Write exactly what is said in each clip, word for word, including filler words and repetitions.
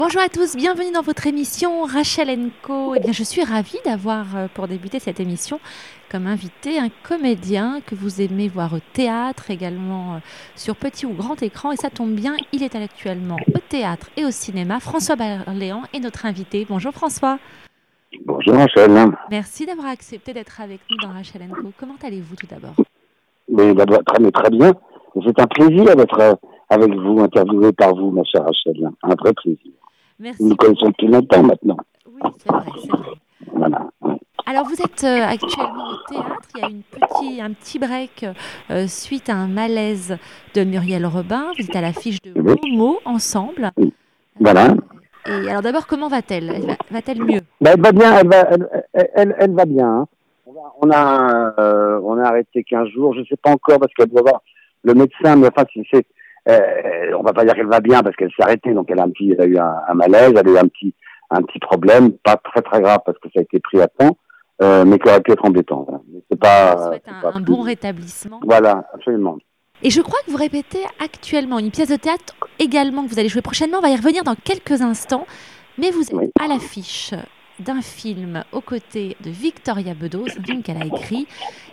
Bonjour à tous, bienvenue dans votre émission Rachel and Co. Eh bien, je suis ravie d'avoir, euh, pour débuter cette émission, comme invité un comédien que vous aimez voir au théâtre, également euh, sur petit ou grand écran. Et ça tombe bien, il est actuellement au théâtre et au cinéma. François Berléand est notre invité. Bonjour François. Bonjour Rachel. Merci d'avoir accepté d'être avec nous dans Rachel and Co. Comment allez-vous tout d'abord? Mais d'abord, très, mais très bien. C'est un plaisir d'être euh, avec vous, interviewé par vous, ma chère Rachel. Un vrai plaisir. Merci. Nous nous connaissons depuis longtemps maintenant. Oui, c'est vrai, c'est vrai. Voilà. Alors, vous êtes euh, actuellement au théâtre. Il y a une petit, un petit break euh, suite à un malaise de Muriel Robin. Vous êtes à l'affiche de Oui. Momo ensemble. Voilà. Et alors, d'abord, comment va-t-elle? Elle va, va-t-elle mieux? Ben, elle va bien, elle va, elle, elle, elle, elle va bien. Hein. On a, on a, euh, on a arrêté quinze jours. Je sais pas encore parce qu'elle doit voir le médecin, mais enfin, c'est, c'est euh, on va pas dire qu'elle va bien parce qu'elle s'est arrêtée. Donc, elle a un petit, elle a eu un, un malaise, elle a eu un petit, un petit problème, pas très très grave parce que ça a été pris à temps. Euh, mais qui aurait pu être embêtant. Voilà. C'est pas, Je souhaite c'est un, pas un plus... bon rétablissement. Voilà, absolument. Et je crois que vous répétez actuellement une pièce de théâtre également que vous allez jouer prochainement. On va y revenir dans quelques instants. Mais vous êtes Oui. à l'affiche d'un film aux côtés de Victoria Bedos, un film qu'elle a écrit.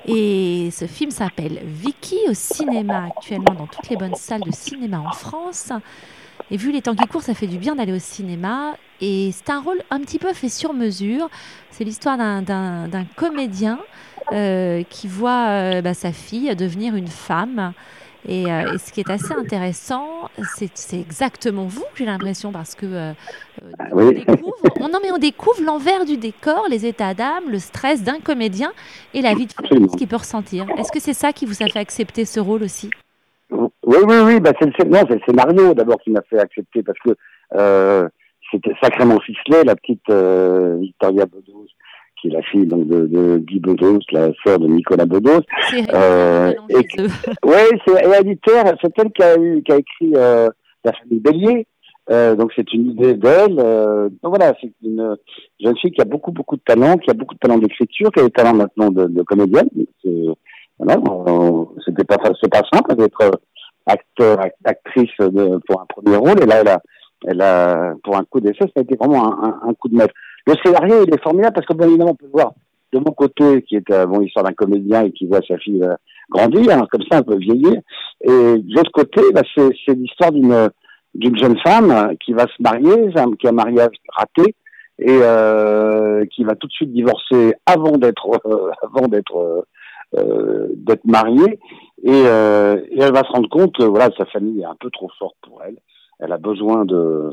Et ce film s'appelle Vicky, au cinéma actuellement dans toutes les bonnes salles de cinéma en France. Et vu les temps qui courent, ça fait du bien d'aller au cinéma. Et c'est un rôle un petit peu fait sur mesure. C'est l'histoire d'un, d'un, d'un comédien euh, qui voit euh, bah, sa fille devenir une femme. Et, euh, et ce qui est assez intéressant, c'est, c'est exactement vous, j'ai l'impression, parce que euh, on Oui. découvre, on, non mais on découvre l'envers du décor, les états d'âme, le stress d'un comédien et la vie de famille, Absolument. ce qu'il peut ressentir. Est-ce que c'est ça qui vous a fait accepter ce rôle aussi? Oui, oui, oui. Bah, c'est le, non, c'est le scénario d'abord qui m'a fait accepter parce que euh, c'était sacrément ficelé. La petite euh, Victoria Bedos, qui est la fille donc de, de Guy Bedos, la sœur de Nicolas Bedos. C'est Euh, et chez eux. oui, c'est héréditaire. C'est elle qui a, eu, qui a écrit euh, La famille Bélier. Euh, donc c'est une idée d'elle. Euh, donc voilà, c'est une jeune fille qui a beaucoup beaucoup de talent, qui a beaucoup de talent d'écriture, qui a des talents maintenant de, de comédienne. C'est, voilà, on, c'était pas c'est pas simple d'être acteur actrice de, pour un premier rôle. Et là, elle a, elle a pour un coup d'essai, ça a été vraiment un, un, un coup de maître. Le scénario, il est formidable parce que bien évidemment, on peut voir de mon côté, qui est euh, bon, l'histoire d'un comédien et qui voit sa fille euh, grandir, hein, comme ça, un peu vieillir. Et de l'autre côté, bah, c'est, c'est l'histoire d'une d'une jeune femme qui va se marier, qui a un mariage raté et euh, qui va tout de suite divorcer avant d'être euh, avant d'être euh, d'être mariée et, euh, et elle va se rendre compte que voilà, sa famille est un peu trop forte pour elle. Elle a besoin de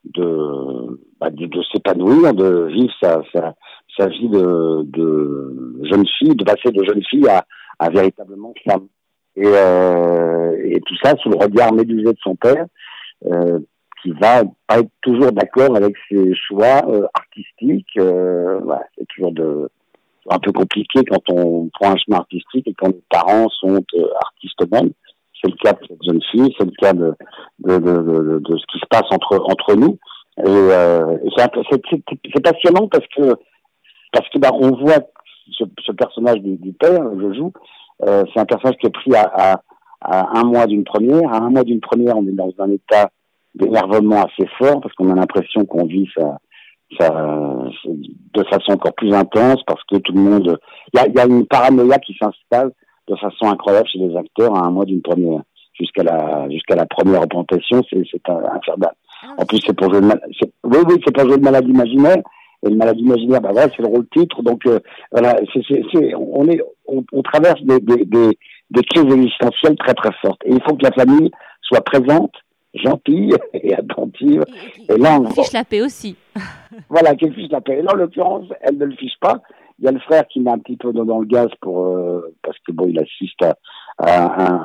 de bah, de, de s'épanouir, de vivre sa sa, sa vie de, de jeune fille, de passer de jeune fille à, à véritablement femme. Et, euh, et tout ça sous le regard médusé de son père. Euh, qui va pas être toujours d'accord avec ses choix euh, artistiques. Euh, voilà, c'est toujours de, un peu compliqué quand on prend un chemin artistique et quand les parents sont euh, artistes eux-mêmes. C'est le cas de cette jeune fille, c'est le cas de, de, de, de, de ce qui se passe entre, entre nous. Et, euh, et c'est, c'est, c'est, c'est passionnant parce que, parce que bah, on voit ce, ce personnage du, du père, je joue, euh, c'est un personnage qui est pris à, à à un mois d'une première. À un mois d'une première, on est dans un état d'énervement assez fort parce qu'on a l'impression qu'on vit ça, ça de façon encore plus intense parce que tout le monde... Il y a, y a une paranoïa qui s'installe de façon incroyable chez les acteurs à un mois d'une première. Jusqu'à la, jusqu'à la première représentation, c'est, c'est infernal. En plus, c'est pour jouer le mal... c'est... Oui, oui, c'est pour jouer le malade imaginaire. Et le malade imaginaire, bah voilà, c'est le rôle titre. Donc, euh, voilà, c'est, c'est, c'est, on, est, on, on traverse des, des, des, des crises existentielles très très fortes. Et il faut que la famille soit présente, gentille et attentive. Et, et, et là, on fiche la paix aussi. Voilà, qu'elle fiche la paix. Et là, en l'occurrence, elle ne le fiche pas. Il y a le frère qui met un petit peu dans, dans le gaz pour euh, parce que bon, il assiste à, à,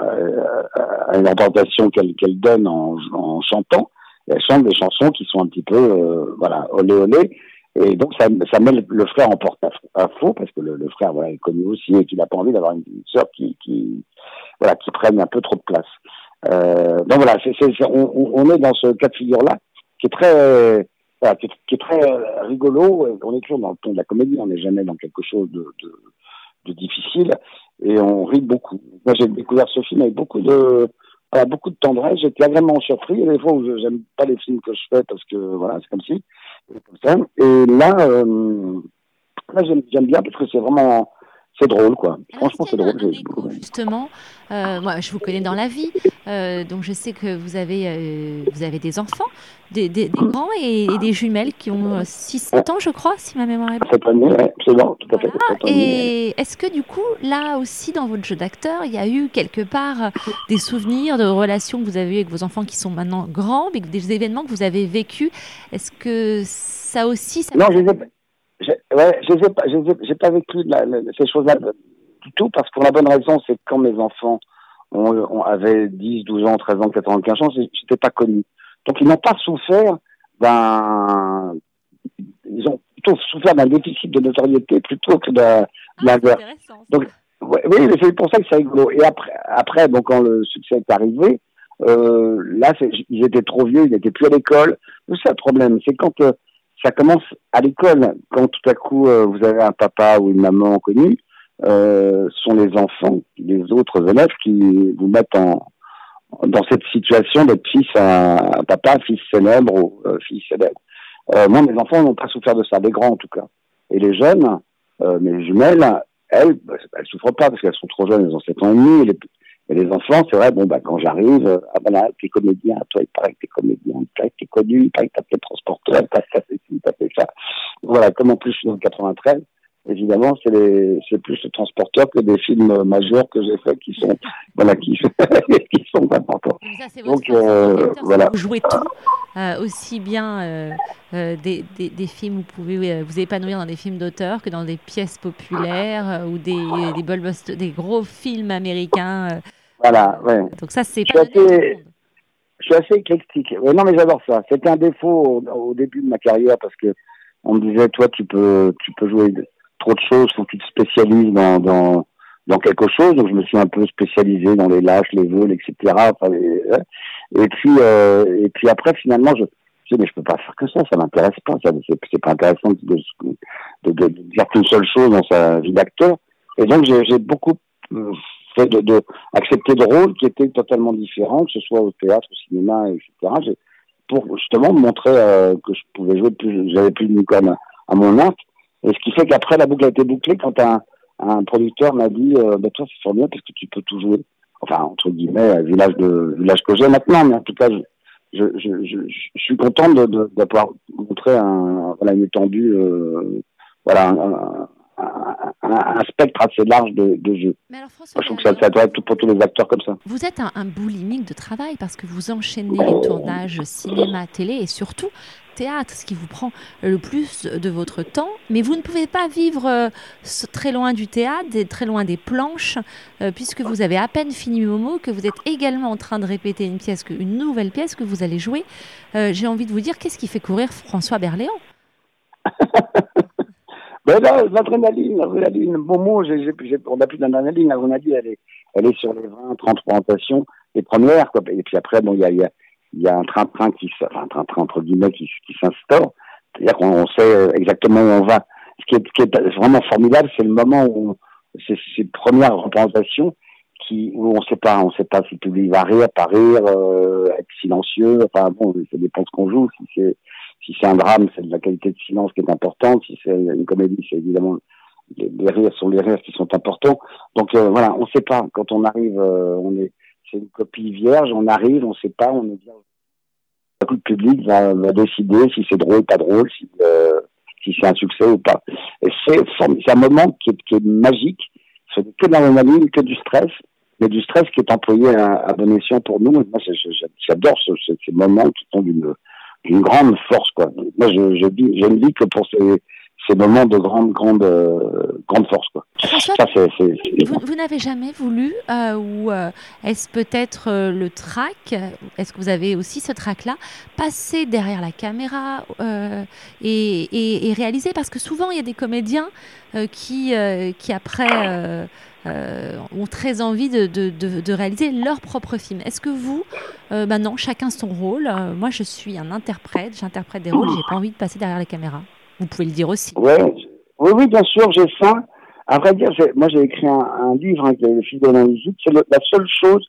à, à une représentation qu'elle, qu'elle donne en, en chantant. Et elle chante des chansons qui sont un petit peu, euh, voilà, olé olé. Et donc, ça, ça met le, le frère en porte-à-faux, parce que le, le frère, voilà, est connu aussi et qu'il n'a pas envie d'avoir une, une sœur qui, qui, voilà, qui prenne un peu trop de place. Euh, donc voilà, c'est, c'est, c'est, on, on est dans ce cas de figure-là, qui est très, euh, voilà, qui, est, qui est très euh, rigolo. On est toujours dans le ton de la comédie, on n'est jamais dans quelque chose de, de, de difficile, et on rit beaucoup. Moi, j'ai découvert ce film avec beaucoup de, voilà, beaucoup de tendresse. J'étais agréablement surpris. Il y a des fois où je j'aime pas les films que je fais parce que voilà, c'est comme si, c'est comme ça. Et là, euh, là j'aime, j'aime bien parce que c'est vraiment, c'est drôle, quoi. Alors, Franchement, est-ce c'est qu'il y a drôle. un, un J'ai beaucoup écho aimé. justement euh, moi, je vous connais dans la vie, euh, donc je sais que vous avez, euh, vous avez des enfants, des, des, des grands et, et des jumelles qui ont six Ouais, sept ans, je crois, si ma mémoire est bonne. cette année, ouais, c'est bon, tout à Voilà. fait, cette année. Ouais. Et est-ce que du coup, là aussi, dans votre jeu d'acteur, il y a eu quelque part euh, des souvenirs de relations que vous avez eues avec vos enfants qui sont maintenant grands, mais que des événements que vous avez vécus? Est-ce que ça aussi, ça Non, vous je a... les ai, pas- je, ouais, je les ai pas, je les ai- j'ai pas vécu la, la, ces choses-là du tout parce que pour la bonne raison, c'est que quand mes enfants ont, ont, avaient dix, douze ans, treize ans, quatorze ans, quinze ans, j'étais pas connu. Donc ils n'ont pas souffert d'un, ils ont plutôt souffert d'un déficit de notoriété plutôt que de, de Ah, c'est l'inverse. intéressant ça. Donc, ouais, oui, mais c'est pour ça que c'est rigolo. Et après, après, bon, quand le succès est arrivé, euh, là, c'est, ils étaient trop vieux, ils n'étaient plus à l'école. C'est ça le problème, c'est quand euh, ça commence à l'école, quand tout à coup euh, vous avez un papa ou une maman connue, euh, ce sont les enfants, les autres élèves qui vous mettent en dans cette situation d'être fils à, à papa, fils célèbre ou euh, fille célèbre. Euh, moi, mes enfants n'ont pas souffert de ça, les grands en tout cas. Et les jeunes, euh, mes jumelles, elles, bah, elles souffrent pas parce qu'elles sont trop jeunes, elles ont sept ans et demi. Et les, et les enfants, c'est vrai, bon, bah, quand j'arrive, euh, ah ben là, t'es comédien, toi, il paraît que t'es comédien, il paraît que t'es connu, il paraît que t'as fait transporteur, t'as fait ci, t'as fait ça. Voilà, comme en plus je suis dans le quatre-vingt-treize, évidemment, c'est les, c'est plus le transporteur que des films majeurs que j'ai faits qui sont, voilà, qui, qui sont importants. Mais ça, c'est votre Donc, force en tant euh, qu'acteur, c'est voilà. que vous jouez tout, euh, aussi bien euh, euh, des, des, des films où vous pouvez euh, vous épanouir dans des films d'auteur que dans des pièces populaires euh, ou des, des, blockbusters- des gros films américains. euh, Voilà, ouais. euh, donc ça, c'est Je pas suis donné à tout le assez, monde. je suis assez éclectique. Ouais, non, mais j'adore ça. C'était un défaut au, au début de ma carrière parce que on me disait, toi, tu peux, tu peux jouer de- trop de choses, faut que tu te spécialises dans, dans, dans quelque chose. Donc, je me suis un peu spécialisé dans les lâches, les vols, et cetera. Enfin, les- ouais. et puis, euh, et puis après, finalement, je, je dis, mais je peux pas faire que ça. Ça m'intéresse pas. Ça, c'est, c'est pas intéressant de, de, de, de dire qu'une seule chose dans sa vie d'acteur. Et donc, j'ai, j'ai beaucoup euh, fait de, de accepter de rôles qui étaient totalement différents, que ce soit au théâtre, au cinéma, et cetera. J'ai, pour justement montrer euh, que je pouvais jouer plus, j'avais plus de comme à, à mon arc. Et ce qui fait qu'après la boucle a été bouclée quand un, un producteur m'a dit, euh, bah, toi c'est fort bien parce que tu peux tout jouer. Enfin entre guillemets, vu l'âge de vu l'âge que j'ai maintenant, mais en tout cas, je je je, je, je suis content de, de, de pouvoir montrer un voilà une étendue, euh, voilà un, un, un, un spectre assez large de, de jeux. Mais alors, François Moi, je trouve que ça, Berléand, ça doit être tout pour tous les acteurs comme ça. vous êtes un, un boulimique de travail parce que vous enchaînez les tournages cinéma, télé et surtout théâtre, ce qui vous prend le plus de votre temps. Mais vous ne pouvez pas vivre euh, ce- très loin du théâtre, des- très loin des planches, euh, puisque vous avez à peine fini Momo, que vous êtes également en train de répéter une pièce, que- une nouvelle pièce que vous allez jouer. Euh, j'ai envie de vous dire, qu'est-ce qui fait courir François Berléand? Ben là, l'adrénaline, l'adrénaline, bon mot, j'ai, j'ai, j'ai, on n'a plus d'adrénaline, l'adrénaline, elle est, elle est sur les vingt, trente présentations, les premières, quoi. Et puis après, bon, il y a, il y a, il y a un train-train qui, s- enfin, un train-train entre guillemets qui, qui s'instaure. C'est-à-dire qu'on on sait exactement où on va. Ce qui est, ce qui est vraiment formidable, c'est le moment où, on, c'est ces premières représentations qui, où on sait pas, on sait pas si le public va rire, pas rire, euh, être silencieux, enfin bon, ça dépend de ce qu'on joue, si c'est, si c'est un drame, c'est de la qualité de silence qui est importante. Si c'est une comédie, c'est évidemment les, les rires sont les rires qui sont importants. Donc euh, voilà, on ne sait pas. Quand on arrive, euh, on est, c'est une copie vierge. On arrive, on ne sait pas. On est vierge. Le public va, va décider si c'est drôle, pas drôle, si, euh, si c'est un succès ou pas. Et c'est, c'est un moment qui est, qui est magique. C'est que de l'adrénaline, que du stress, mais du stress qui est employé à, à bon escient pour nous. Et moi, j'adore ce, ce, ces moments qui sont d'une une grande force, quoi. Moi, je, je, dis, je ne dis que pour ces, ces moments de grande, grande, euh, grande force, quoi. François, Ça, c'est, c'est, c'est... vous, vous n'avez jamais voulu, euh, ou euh, est-ce peut-être euh, le trac, est-ce que vous avez aussi ce trac-là, passer derrière la caméra euh, et, et, et réaliser? Parce que souvent, il y a des comédiens euh, qui, euh, qui, après, euh, euh, ont très envie de, de, de, de réaliser leur propre film. Est-ce que vous, euh, bah non, chacun son rôle, euh, moi, je suis un interprète, j'interprète des rôles, j'ai pas envie de passer derrière la caméra. Vous pouvez le dire aussi. Ouais, oui, oui, bien sûr, j'ai ça. À vrai dire, j'ai, moi, j'ai écrit un, un livre, hein, qui est Le fils de la musique. C'est le, la seule chose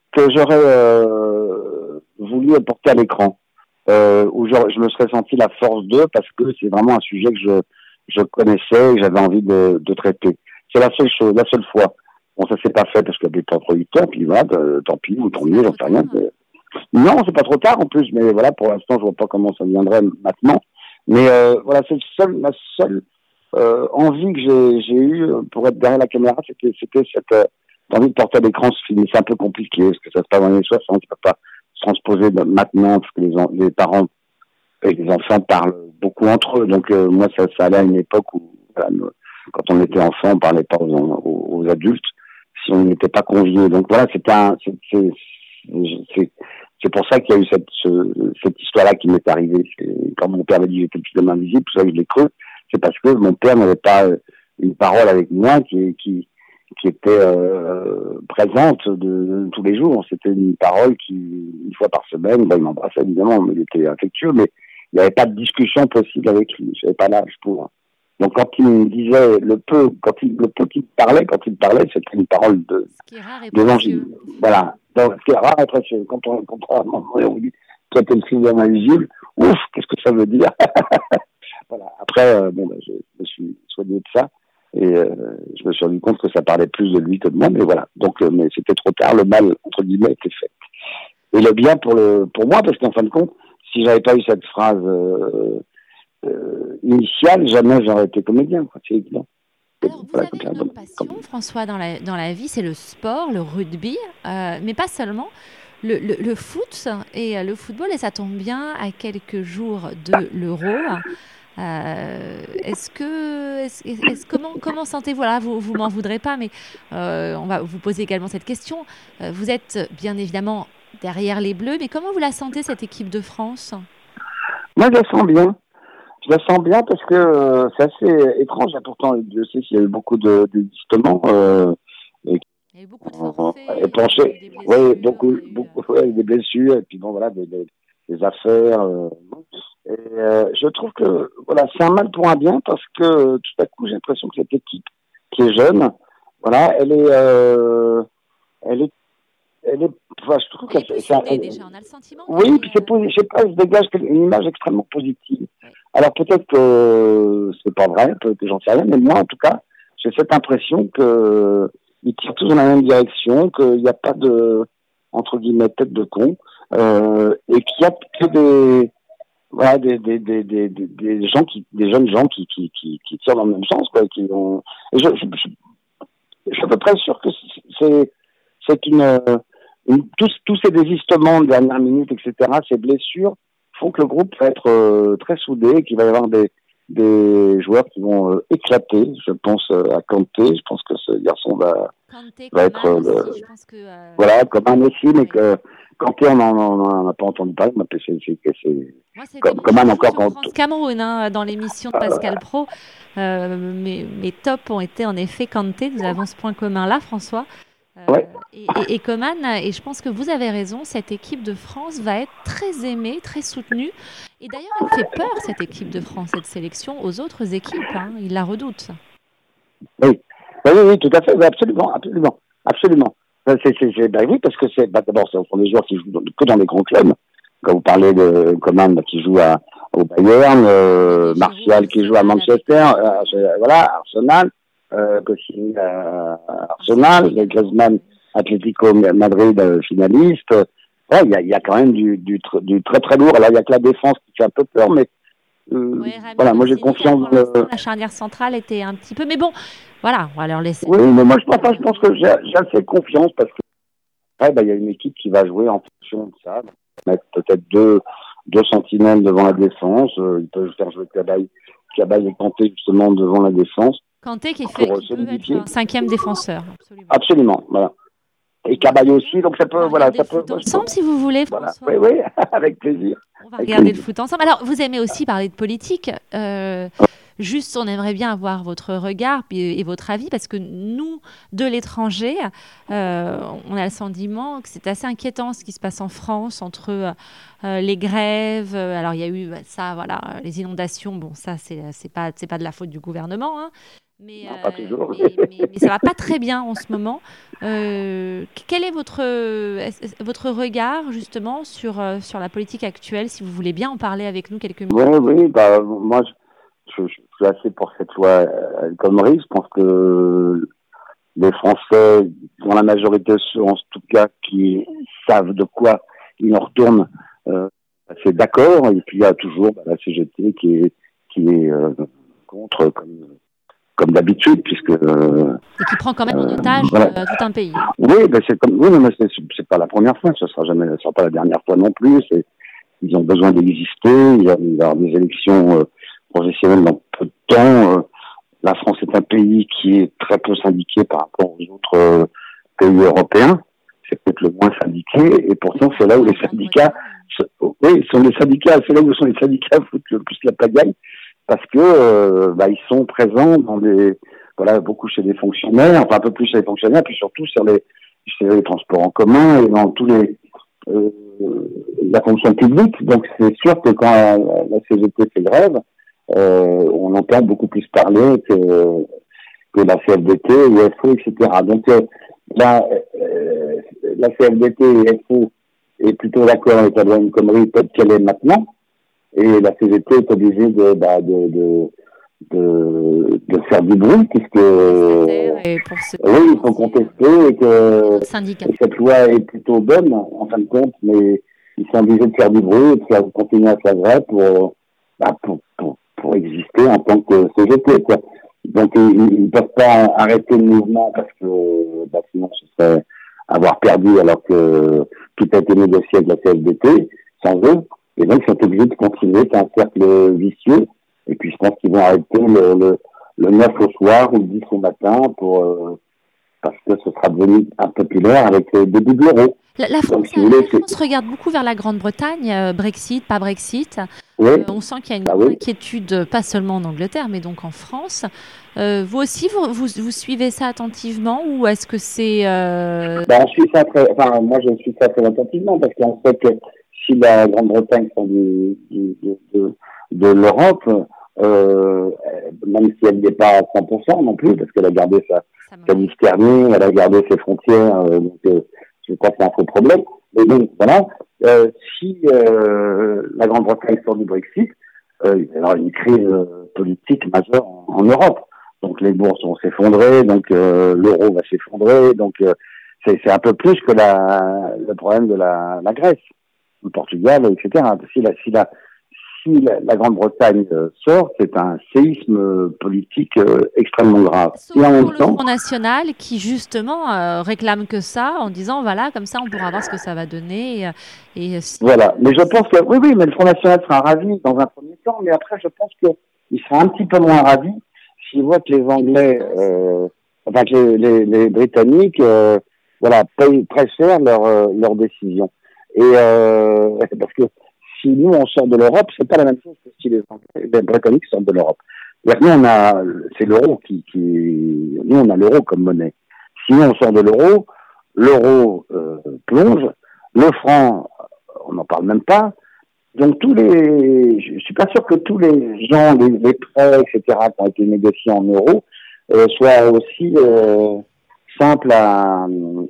que j'aurais euh, voulu porter à l'écran, euh, où je, je me serais senti la force d'eux, parce que c'est vraiment un sujet que je, je connaissais et que j'avais envie de, de traiter. C'est la seule chose, la seule fois. Bon, ça s'est pas fait parce qu'il n'y avait pas de producteur, puis voilà, euh, tant pis, ou tant mieux, j'en sais rien. Mais... Non, c'est pas trop tard en plus, mais voilà, pour l'instant, je vois pas comment ça viendrait maintenant. Mais euh, voilà, c'est le seul, la seule euh, envie que j'ai, j'ai eue pour être derrière la caméra, c'était, c'était cette euh, envie de porter à l'écran ce film. C'est un peu compliqué, parce que ça se passe dans les années soixante, tu peux pas se transposer maintenant, parce que les, en, les parents et les enfants parlent beaucoup entre eux. Donc euh, moi, ça, ça allait à une époque où, voilà, nous, quand on était enfant, on parlait pas aux, aux, aux adultes, si on n'était pas conviés. Donc voilà, c'est un, c'est, c'est, c'est, c'est pour ça qu'il y a eu cette, ce, cette histoire-là qui m'est arrivée. C'est, quand mon père m'a dit que j'étais le fils de l'homme invisible, tout ça que je l'ai cru, c'est parce que mon père n'avait pas une parole avec moi qui, qui, qui était euh, présente de, de, de tous les jours. C'était une parole qui, une fois par semaine, ben, il m'embrassait évidemment, mais il était affectueux, mais il n'y avait pas de discussion possible avec lui. Je n'avais pas l'âge pour. Donc quand il me disait le peu, quand il, le peu qu'il parlait, quand il parlait, c'était une parole de, de l'évangile. Voilà. Donc ce qui est rare et précieux. Quand on, quand on, on dit toi t'es le fils d'un invisible, ouf, qu'est-ce que ça veut dire? Voilà. Après, euh, bon, ben, je, je me suis soigné de ça et euh, je me suis rendu compte que ça parlait plus de lui que de moi, mais voilà. Donc, euh, mais c'était trop tard. Le mal entre guillemets était fait. Et le bien pour le, pour moi, parce qu'en fin de compte, si j'avais pas eu cette phrase euh, euh, initiale, jamais j'aurais été comédien. Quoi. C'est évident. Alors, vous voilà, avez une autre passion, comme... François, dans la, dans la vie, c'est le sport, le rugby, euh, mais pas seulement. Le, le, le foot et le football, et ça tombe bien à quelques jours de l'Euro. Euh, est-ce que, est-ce, est-ce, comment, comment sentez-vous? Voilà, vous, vous m'en voudrez pas, mais euh, on va vous poser également cette question. Euh, vous êtes bien évidemment derrière les Bleus, mais comment vous la sentez, cette équipe de France? Moi, je la sens bien. Je la sens bien parce que euh, c'est assez étrange. Pourtant, Dieu sait s'il y a eu beaucoup de désistements. Euh, et, il y a eu beaucoup de forfaits. Et penché. Oui, beaucoup, eu, beaucoup, ouais, des blessures, et puis bon, voilà, des, des, des affaires. Euh, et euh, je trouve que, voilà, c'est un mal pour un bien parce que tout à coup, j'ai l'impression que cette équipe qui est jeune, voilà, elle est, euh, elle est, elle est, enfin, je trouve qu'elle est ça, déjà, on a le sentiment. Oui, puis c'est positif, je sais pas, elle se dégage une image extrêmement positive. Ouais. Alors peut-être que c'est pas vrai, peut-être que j'en sais rien, mais moi, en tout cas, j'ai cette impression que ils tirent tous dans la même direction, qu'il n'y a pas de, entre guillemets, tête de con, euh, et qu'il y a que des, voilà, des, des, des, des, des, des gens qui, des jeunes gens qui, qui, qui, qui tirent dans le même sens, quoi, qui ont, et je, je, je, je suis à peu près sûr que c'est, c'est une, une tous, tous ces désistements de dernière minute, et cetera, ces blessures font que le groupe va être euh, très soudé, qu'il va y avoir des, des joueurs qui vont euh, éclater. Je pense euh, à Kanté. Je pense que ce garçon va, Kanté, va être euh, le, aussi, je pense que, euh, voilà, comme un Messi, mais que Kanté, on n'en a pas entendu parler. Mais c'est, c'est, c'est, Moi, c'était comme, mon comme un encore quand... France Cameroun hein, dans l'émission de Pascal euh, Pro. Euh, mes, mes tops ont été en effet Kanté. Nous avons ce point commun là, François. Euh, ouais. et, et, et Coman, et je pense que vous avez raison, cette équipe de France va être très aimée, très soutenue. Et d'ailleurs, elle fait peur, cette équipe de France, cette sélection, aux autres équipes. Hein. Ils la redoutent. Oui. Oui, oui, tout à fait, oui, absolument, absolument, absolument. C'est, c'est, c'est, ben oui, parce que c'est, bah, d'abord, ce sont des joueurs qui jouent dans, que dans les grands clubs. Quand vous parlez de Coman, bah, qui joue à, au Bayern, euh, Martial qui joue à Manchester, euh, voilà, Arsenal. Euh, Goscinny à Arsenal, Griezmann, Atlético Madrid euh, finaliste. Ouais, il y a, y a quand même du, du, tr- du très très lourd. Là, il y a que la défense qui fait un peu peur, mais euh, ouais, voilà, moi j'ai confiance dans le... La charnière centrale était un petit peu, mais bon, voilà, on va leur laisser. Oui, mais moi je pense, je pense que j'ai, j'ai assez confiance parce que ouais, bah, y a une équipe qui va jouer en fonction de ça. Mettre peut-être deux, deux sentinelles devant la défense. Euh, ils peuvent faire jouer Cabaye, Cabaye et Kanté justement devant la défense. Kanté qui, fait, qui peut être un cinquième défenseur. Absolument. Absolument, voilà. Et Cabaye aussi, donc ça peut, voilà, ça peut. Ensemble, si vous voulez, François. Voilà. Oui, oui, avec plaisir. On va avec regarder plaisir. Le foot ensemble. Alors, vous aimez aussi parler de politique. Euh, juste, on aimerait bien avoir votre regard et votre avis, parce que nous, de l'étranger, euh, on a le sentiment que c'est assez inquiétant ce qui se passe en France entre euh, les grèves. Alors, il y a eu ça, voilà, les inondations. Bon, ça, c'est, c'est pas, c'est pas de la faute du gouvernement, hein. Mais, Non, pas euh, toujours. mais, mais, mais ça va pas très bien en ce moment. Euh, quel est votre, est-ce- votre regard justement sur, euh, sur la politique actuelle, si vous voulez bien en parler avec nous quelques Oui, minutes? oui, bah, moi, je, je, je suis assez pour cette loi euh, El Khomri. Je pense que les Français, dans la majorité, ceux en tout cas qui savent de quoi ils en retournent, euh, c'est d'accord. Et puis il y a toujours bah, la C G T qui est, qui est euh, contre, comme, comme d'habitude, puisque euh, Et qui prend quand même en euh, otage voilà. euh, tout un pays. Oui, ben c'est comme, oui, non, mais c'est, c'est pas la première fois, ce sera jamais, ce sera pas la dernière fois non plus. C'est, ils ont besoin d'exister. Il y a, il y a des élections euh, professionnelles dans peu de temps. Euh, la France est un pays qui est très peu syndiqué par rapport aux autres euh, pays européens. C'est peut-être le moins syndiqué, et pourtant c'est là où les syndicats, oui, sont les syndicats, c'est là où sont les syndicats foutent le plus la pagaille, parce que euh, bah, ils sont présents dans des, voilà, beaucoup chez les fonctionnaires, enfin un peu plus chez les fonctionnaires, puis surtout sur les, sur les transports en commun et dans tous les euh, la fonction publique. Donc c'est sûr que quand la, la C G T fait grève, euh, on entend beaucoup plus parler que que la C F D T, U F O, et cetera. Donc euh, la, euh, la C F D T et F O est plutôt d'accord avec la loi El Khomri telle qu'elle est maintenant, et la C G T est obligée de, bah, de, de, de, de faire du bruit, puisque euh, Et pour se oui, il faut contester et que syndicat. cette loi est plutôt bonne, en fin de compte, mais ils sont obligés de faire du bruit et de faire, continuer à faire grève pour, bah, pour, pour, pour exister en tant que C G T, quoi. Donc, ils ne peuvent pas arrêter le mouvement parce que bah, sinon, ce serait avoir perdu alors que tout a été négocié avec la C F D T, sans eux. Et donc, ils sont obligés de continuer. C'est un cercle vicieux. Et puis, je pense qu'ils vont arrêter le, le, le neuf au soir ou le dix au matin pour, euh, parce que ce sera devenu impopulaire avec le début de l'euro. La, la France, Donc, si vous voulez, la France regarde beaucoup vers la Grande-Bretagne, euh, Brexit, pas Brexit. oui, Euh, on sent qu'il y a une bah grande oui. inquiétude, pas seulement en Angleterre, mais donc en France. Euh, vous aussi, vous, vous, vous suivez ça attentivement ou est-ce que c'est... Euh... Ben, on suit ça très, enfin, moi, je suis ça très attentivement parce qu'on sait que si la Grande-Bretagne sort du, du, de, de, de l'Europe, euh, même si elle n'est pas à cent pour cent non plus, parce qu'elle a gardé sa, sa liste thermique, elle a gardé ses frontières, euh, donc euh, je crois que c'est un faux problème. Mais donc, voilà, euh, si euh, la Grande-Bretagne sort du Brexit, euh, il y aura une crise politique majeure en, en Europe. Donc les bourses vont s'effondrer, donc euh, l'euro va s'effondrer, donc euh, c'est, c'est un peu plus que la, le problème de la, la Grèce, le Portugal, et cetera. Si la, si la, si la, la Grande-Bretagne euh, sort, c'est un séisme euh, politique euh, extrêmement grave. Sauf Et en même pour le temps, Front National qui justement euh, réclame que ça en disant voilà, comme ça on pourra voir ce que ça va donner. Et, et si, voilà. Mais je pense que, oui, oui, mais le Front National sera ravi dans un premier temps, mais après, je pense qu'il sera un petit peu moins ravi s'ils voient que les Anglais, euh, enfin que les, les, les Britanniques, euh, voilà, payent très cher leur euh, leur décision. Et euh, parce que si nous on sort de l'Europe, c'est pas la même chose que si les Anglais, les Britanniques sortent de l'Europe. C'est-à-dire que nous on a, c'est l'euro qui, qui, nous on a l'euro comme monnaie. Si on sort de l'euro, l'euro euh, plonge, le franc, on n'en parle même pas. Donc tous les, je suis pas sûr que tous les gens, les, les prêts, et cetera, qui ont été négociés en euros, euh, soient aussi euh, simples à,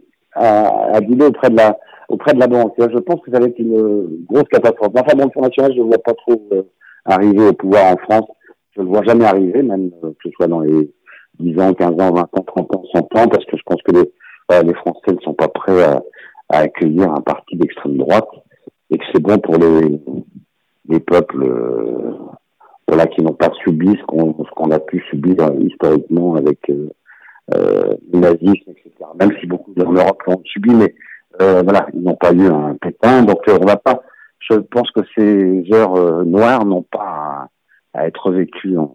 à, à dealer auprès de la, auprès de la banque. Je pense que ça va être une grosse catastrophe. Enfin bon, le Front National, je ne le vois pas trop euh, arriver au pouvoir en France. Je ne le vois jamais arriver, même euh, que ce soit dans les dix ans, quinze ans, vingt ans, trente ans, cent ans, parce que je pense que les, euh, les Français ne sont pas prêts à, à accueillir un parti d'extrême droite. Et que c'est bon pour les, les peuples euh, voilà, qui n'ont pas subi ce qu'on, ce qu'on a pu subir euh, historiquement avec euh, euh, le nazisme, et cetera. Même si beaucoup en Europe l'ont subi, mais euh, voilà, ils n'ont pas eu un Pétain. Donc euh, on va pas. Je pense que ces heures euh, noires n'ont pas à, à être vécues en,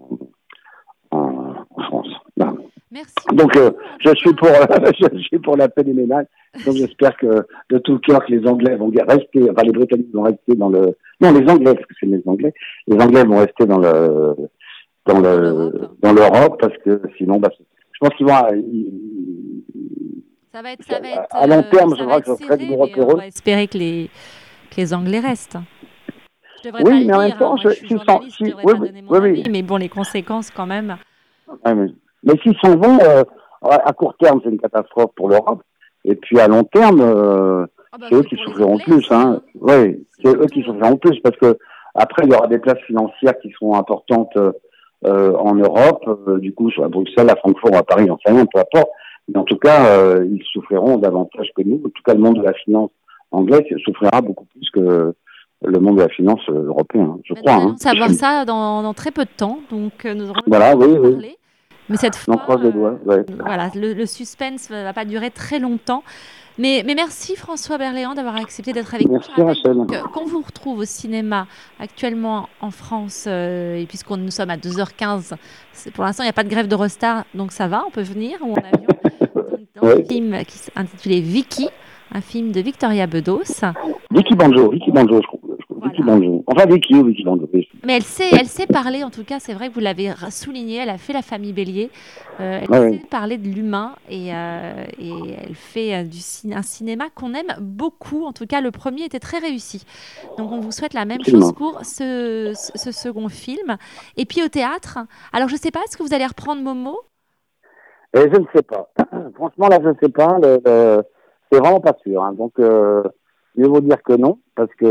en, en France. Non. Merci. Donc euh, je suis pour je suis pour la paix des ménages. Donc j'espère que de tout cœur que les Anglais vont rester, enfin les Britanniques vont rester dans le, non les Anglais parce que c'est les Anglais, les Anglais vont rester dans le, dans le, dans l'Europe parce que sinon, bah, je pense qu'ils vont, ils, ça va être, ça va être, à long terme, euh, je crois que ce serait serré, gros mais on heureux. va espérer que les, que les Anglais restent. Je devrais Oui, pas mais le en dire, même temps, hein, moi, je, je suis si, journaliste, si, je devrais oui, pas oui, donner mon oui, avis, oui. mais bon, les conséquences quand même. Ouais, mais Mais s'ils s'en vont, euh, à court terme, c'est une catastrophe pour l'Europe. Et puis à long terme, euh, Ah bah, c'est eux c'est qui pour les souffriront Anglais plus. aussi, Hein. hein. Oui, C'est c'est eux surtout, qui euh, souffriront plus parce que après, il y aura des places financières qui seront importantes euh, en Europe. Euh, du coup, à Bruxelles, à Francfort, à Paris, j'en sais rien, peu importe. Mais en tout cas, euh, ils souffriront davantage que nous. En tout cas, le monde de la finance anglais souffrira beaucoup plus que le monde de la finance euh, européen, je Mais crois. nous allons Hein. savoir ça dans, dans très peu de temps, donc euh, nous aurons Voilà, l'occasion oui, d'en oui. parler. Mais cette On fois, croise les doigts. euh, Ouais. voilà, le, le suspense ne va pas durer très longtemps. Mais, mais merci François Berléand d'avoir accepté d'être avec nous. Je Merci rappelle Rachel. donc euh, qu'on vous retrouve au cinéma actuellement en France, euh, et puisqu'on nous sommes à deux heures quinze, c'est- pour l'instant il n'y a pas de grève de retard, donc ça va, on peut venir ou en avion. Donc, dans le Oui. film qui s'intitulait Vicky, un film de Victoria Bedos. Vicky Euh, Banjo, Vicky Banjo, je crois. Vicky voilà. Banjo. Enfin, Vicky ou Vicky Banjo. Oui. Mais elle sait, elle sait parler, en tout cas, c'est vrai que vous l'avez ra- souligné, elle a fait La Famille Bélier, euh, elle Ouais, sait ouais. parler de l'humain et, euh, et elle fait euh, du cin- un cinéma qu'on aime beaucoup. En tout cas, le premier était très réussi. Donc, on vous souhaite la même chose Absolument. pour ce, ce- ce second film. Et puis au théâtre, alors je ne sais pas, est-ce que vous allez reprendre Momo? Et je ne sais pas. Franchement, là, je ne sais pas. Le, le- c'est vraiment pas sûr. Hein. Donc, euh, mieux vaut dire que non, parce que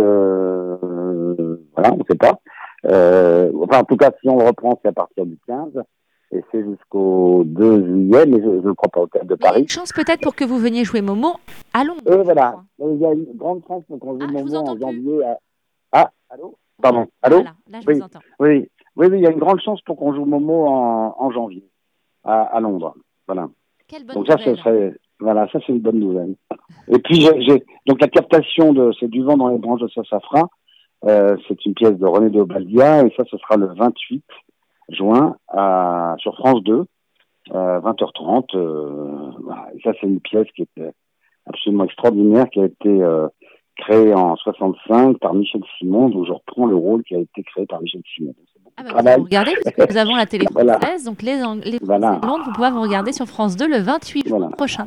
euh, voilà, on ne sait pas. Euh, enfin, en tout cas, si on le reprend, c'est à partir du quinze, et c'est jusqu'au deux juillet, mais je ne le crois pas au théâtre de Mais il y a une Paris. chance peut-être pour que vous veniez jouer Momo à Londres, Et je voilà. crois. Et il y a une grande chance pour qu'on joue Ah, le je vous moment entends en plus. janvier. À... Ah, allô. Oui, Pardon. là Allô. voilà, là je vous Oui, entends. oui, oui, oui. Il y a une grande chance pour qu'on joue Momo en, en janvier à, à Londres. Voilà. Quelle bonne Donc ça, ce nouvelle. serait, voilà, ça c'est une bonne nouvelle. Et puis j'ai, j'ai- donc la captation de c'est du vent dans les branches de Sassafras. Euh, c'est une pièce de René de Obaldia et ça, ce sera le vingt-huit juin à sur France deux, euh, vingt heures trente. Euh, voilà. Et ça, c'est une pièce qui est absolument extraordinaire, qui a été euh, créée en soixante-cinq par Michel Simon, dont je reprends le rôle qui a été créé par Michel Simon. Donc, c'est beaucoup Ah de bah nous allons travail. regarder puisque nous avons la télé Voilà, française, donc les, Ang- les Français voilà, de Londres, vous pouvez vous regarder sur France deux le vingt-huit juin voilà. prochain.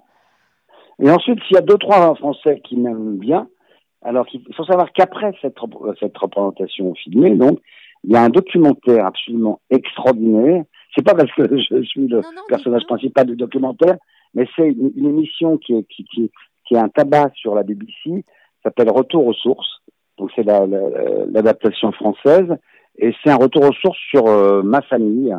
Et ensuite, s'il y a deux, trois Français qui m'aiment bien, alors il faut savoir qu'après cette, rep- cette représentation filmée, donc, il y a un documentaire absolument extraordinaire. C'est pas parce que je suis le Non, non, personnage dites-nous. principal du documentaire, mais c'est une, une émission qui est, qui, qui, qui est un tabac sur la B B C, s'appelle Retour aux sources. Donc c'est la, la- l'adaptation française, et c'est un retour aux sources sur euh, ma famille,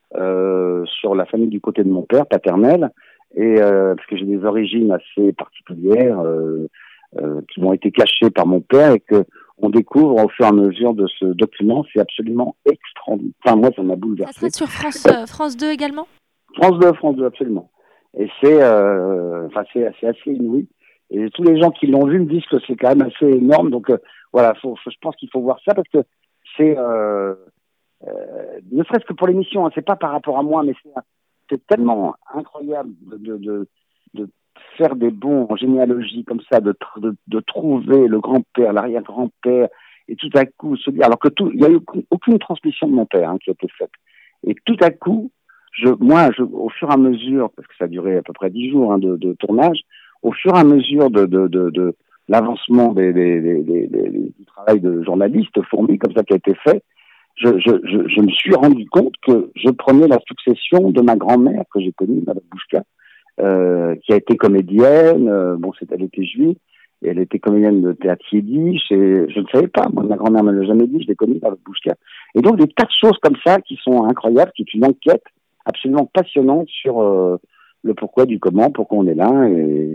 euh, sur la famille du côté de mon père paternel, et euh, parce que j'ai des origines assez particulières euh, euh, qui m'ont été cachées par mon père et que on découvre au fur et à mesure de ce document. C'est absolument extraordinaire. Enfin, moi, ça m'a Ça bouleversé. sera sur France, euh, France deux également? France deux, France deux, absolument. Et c'est, euh, enfin, c'est, c'est assez inouï. Et tous les gens qui l'ont vu me disent que c'est quand même assez énorme. Donc, euh, voilà, faut, faut- je pense qu'il faut voir ça parce que c'est, euh, euh, ne serait-ce que pour l'émission, hein, c'est pas par rapport à moi, mais c'est, c'est tellement incroyable de, de, de, de faire des bons en généalogie comme ça, de, tr- de, de trouver le grand-père, l'arrière-grand-père, et tout à coup se dire, alors que tout, il n'y a eu aucune, aucune transmission de mon père hein, qui a été faite. Et tout à coup, je, moi, je, au fur et à mesure, parce que ça a duré à peu près dix jours hein, de, de tournage, au fur et à mesure de, de, de, de l'avancement des, des, des, des, des- du travail de journaliste fourni comme ça qui a été fait, je, je, je, je me suis rendu compte que je prenais la succession de ma grand-mère que j'ai connue, Madame Bouchka, euh, qui a été comédienne. Euh, bon, c'est, elle était juive et elle était comédienne de théâtre yiddish. Et je ne savais pas, moi, ma grand-mère me l'a jamais dit. Je l'ai connue par le Bouchka. Et donc des tas de choses comme ça qui sont incroyables, qui est une enquête absolument passionnante sur euh, le pourquoi du comment, pourquoi on est là. Et,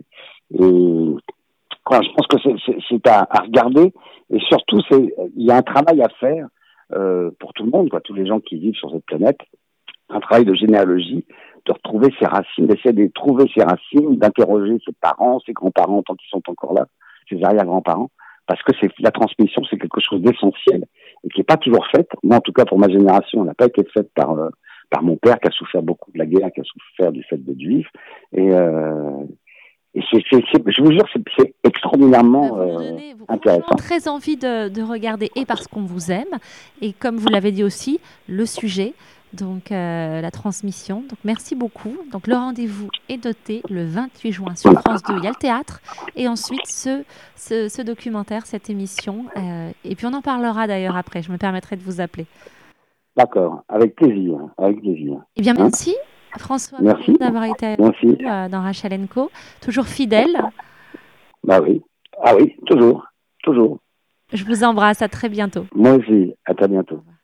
et voilà, je pense que c'est, c'est, c'est à, à regarder. Et surtout, c'est, il y a un travail à faire euh, pour tout le monde, quoi, tous les gens qui vivent sur cette planète, un travail de généalogie, de retrouver ses racines, d'essayer de trouver ses racines, d'interroger ses parents, ses grands-parents tant qu'ils sont encore là, ses arrière-grands-parents, parce que c'est la transmission, c'est quelque chose d'essentiel et qui n'est pas toujours faite. Moi, en tout cas, pour ma génération, elle n'a pas été faite par euh, par mon père qui a souffert beaucoup de la guerre, qui a souffert du fait d'être juif. Et, euh, et c'est, c'est, c'est, je vous jure, c'est, c'est Bah, extraordinairement vous nous euh, donnez vous- franchement intéressant. très envie de, de regarder et parce qu'on vous aime et comme vous l'avez dit aussi, le sujet, donc euh, la transmission. Donc merci beaucoup. Donc le rendez-vous est noté le vingt-huit juin sur Voilà. France deux. Il y a le théâtre et ensuite ce, ce, ce documentaire, cette émission. euh, et puis on en parlera d'ailleurs après. Je me permettrai de vous appeler. D'accord, avec plaisir, avec plaisir. Eh bien Hein? merci. François, Merci. merci d'avoir été avec Merci. nous euh, dans Rachel and Co. Toujours fidèle. Bah oui. Ah oui, toujours. Toujours. Je vous embrasse. À très bientôt. Moi aussi. À très bientôt.